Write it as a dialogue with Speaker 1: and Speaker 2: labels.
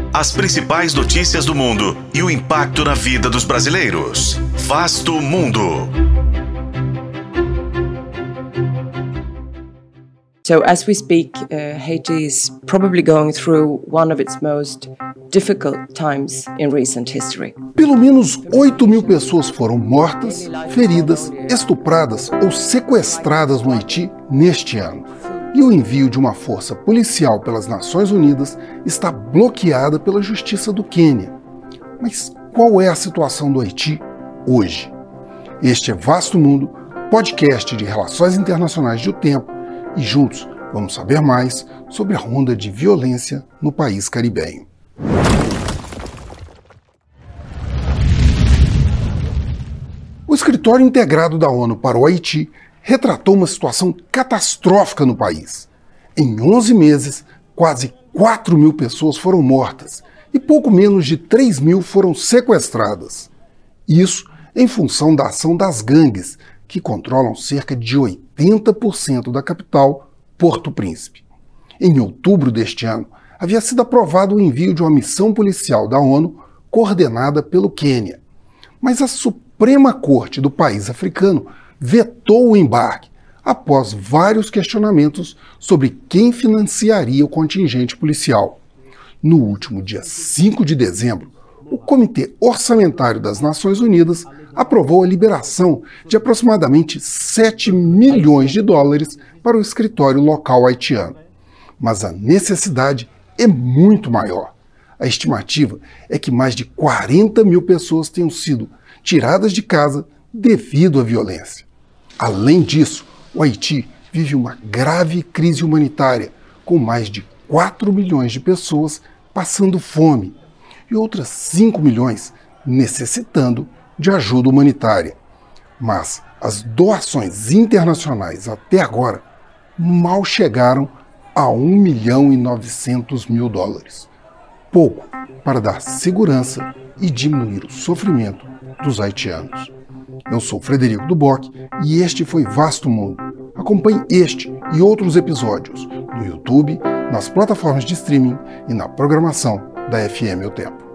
Speaker 1: As principais notícias do mundo e o impacto na vida dos brasileiros. Vasto Mundo.
Speaker 2: So as we speak, Haiti is probably going through one of its most difficult times in recent history.
Speaker 3: Pelo menos 8.000 pessoas foram mortas, feridas, estupradas ou sequestradas no Haiti neste ano. E o envio de uma força policial pelas Nações Unidas está bloqueada pela Justiça do Quênia. Mas qual é a situação do Haiti hoje? Este é Vasto Mundo, podcast de relações internacionais de O Tempo, e juntos vamos saber mais sobre a onda de violência no país caribenho. O Escritório Integrado da ONU para o Haiti retratou uma situação catastrófica no país. Em 11 meses, quase 4.000 pessoas foram mortas e pouco menos de 3.000 foram sequestradas. Isso em função da ação das gangues, que controlam cerca de 80% da capital, Porto Príncipe. Em outubro deste ano, havia sido aprovado o envio de uma missão policial da ONU coordenada pelo Quênia. Mas a Suprema Corte do país africano vetou o embarque após vários questionamentos sobre quem financiaria o contingente policial. No último dia 5 de dezembro, o Comitê Orçamentário das Nações Unidas aprovou a liberação de aproximadamente 7 milhões de dólares para o escritório local haitiano. Mas a necessidade é muito maior. A estimativa é que mais de 40.000 pessoas tenham sido tiradas de casa devido à violência. Além disso, o Haiti vive uma grave crise humanitária, com mais de 4 milhões de pessoas passando fome e outras 5 milhões necessitando de ajuda humanitária. Mas as doações internacionais até agora mal chegaram a 1.900.000 dólares. Pouco para dar segurança e diminuir o sofrimento dos haitianos. Eu sou Frederico Duboc e este foi Vasto Mundo. Acompanhe este e outros episódios no YouTube, nas plataformas de streaming e na programação da FM O Tempo.